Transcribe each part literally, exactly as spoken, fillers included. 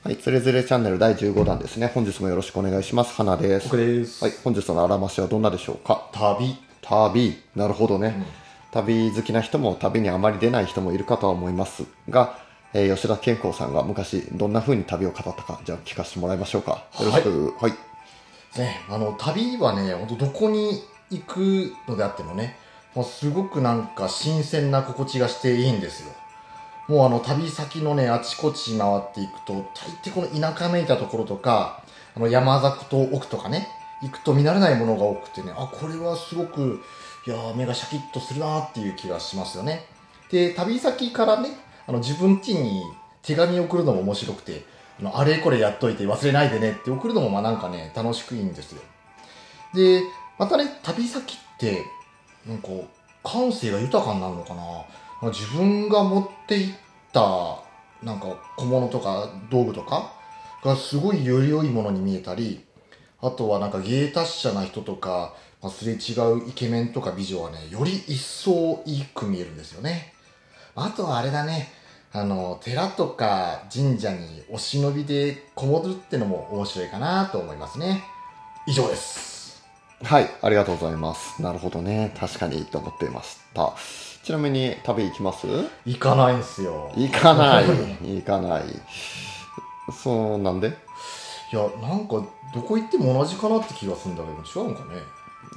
はい、つれづれチャンネルだいじゅうごだんですね。本日もよろしくお願いします。花です。 僕です。 はい、本日のあらましはどんなでしょうか。 旅。 旅。なるほどね、 うん。 旅好きな人も旅にあまり出ない人もいるかとは思いますが、えー吉田健康さんが昔どんな風に旅を語ったか、じゃあ聞かせてもらいましょうか。よろしく。はい。 ね、あの、旅はね、ほんとどこに行くのであってもね、もうすごくなんか新鮮な心地がしていいんですよ。もうあの、旅先のね、あちこち回っていくと、大抵この田舎めいたところとか、あの、山里と奥とかね、行くと見慣れないものが多くてね、あ、これはすごく、いやー、目がシャキッとするなーっていう気がしますよね。で、旅先からね、あの、自分家に手紙を送るのも面白くて、あの、あれこれやっといて忘れないでねって送るのもまあなんかね、楽しくいいんですよ。で、またね、旅先って、なんか、感性が豊かになるのかな。自分が持っていったなんか小物とか道具とかがすごいより良いものに見えたり、あとはなんか芸達者な人とか、まあ、すれ違うイケメンとか美女はね、より一層いいく見えるんですよね。あとはあれだね、あの寺とか神社にお忍びでこもるってのも面白いかなと思いますね。以上です。 はい、ありがとうございます。なるほどね。確かにと思っていました。ちなみに旅行きます？ 行かないんですよ。 行かない。行かない。そうなんで？ いや、なんかどこ行っても同じかなって気がするんだけど、違うんかね。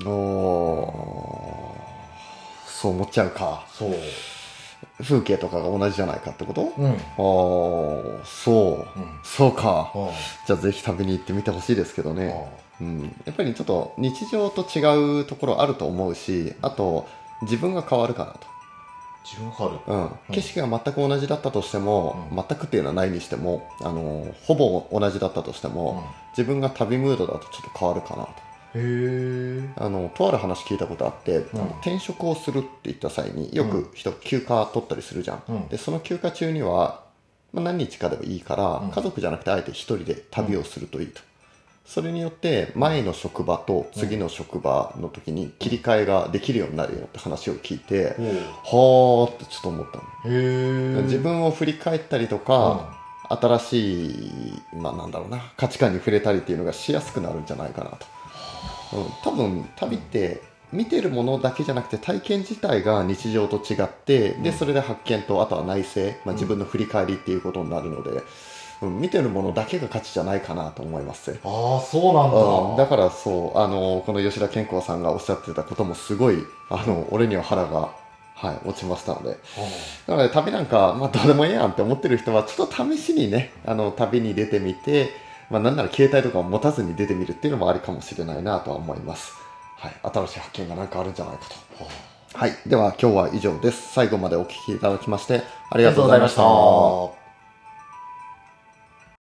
おー、そう思っちゃうか。 そう。 風景とかが同じじゃないかってこと？ うん。 ああ、そう、 うん。 そうか。 あじゃあぜひ旅に行ってみてほしいですけどあ。 ね。 あうん、やっぱりちょっと日常と違うところあると思うし、あと自分が変わるかなと。 自分わかる。 うん、景色が全く同じだったとしても、うん、全くっていうのはないにしても、あのほぼ同じだったとしても、うん、自分が旅ムードだとちょっと変わるかなと。 へー。 あのとある話聞いたことあって、うん、あの転職をするって言った際によく人休暇取ったりするじゃん、うん、でその休暇中には、まあ、何日かでもいいから、うん、家族じゃなくてあえて一人で旅をするといいと、うん、それによって前の職場と次の職場の時に切り替えができるようになるよって話を聞いて、うん、はーってちょっと思ったの。 へー。 自分を振り返ったりとか、うん、新しい、まあ、なんだろうな、価値観に触れたりっていうのがしやすくなるんじゃないかなと。うん、多分旅って見てるものだけじゃなくて体験自体が日常と違って、うん、でそれで発見とあとは内省、まあ、自分の振り返りっていうことになるので、うん、見てるものだけが価値じゃないかなと思います。 ああ、そうなんだ、 うん、だからそうあのこの吉田健康さんがおっしゃってたこともすごいあの、うん、俺には腹が、はい、落ちましたので、なので旅なんか、まあ、どうでもいいやんって思ってる人はちょっと試しにねあの旅に出てみて、まあ、なんなら携帯とかを持たずに出てみるっていうのもありかもしれないなとは思います。はい、新しい発見が何かあるんじゃないかと。はい、では今日は以上です。最後までお聞きいただきましてありがとうございました。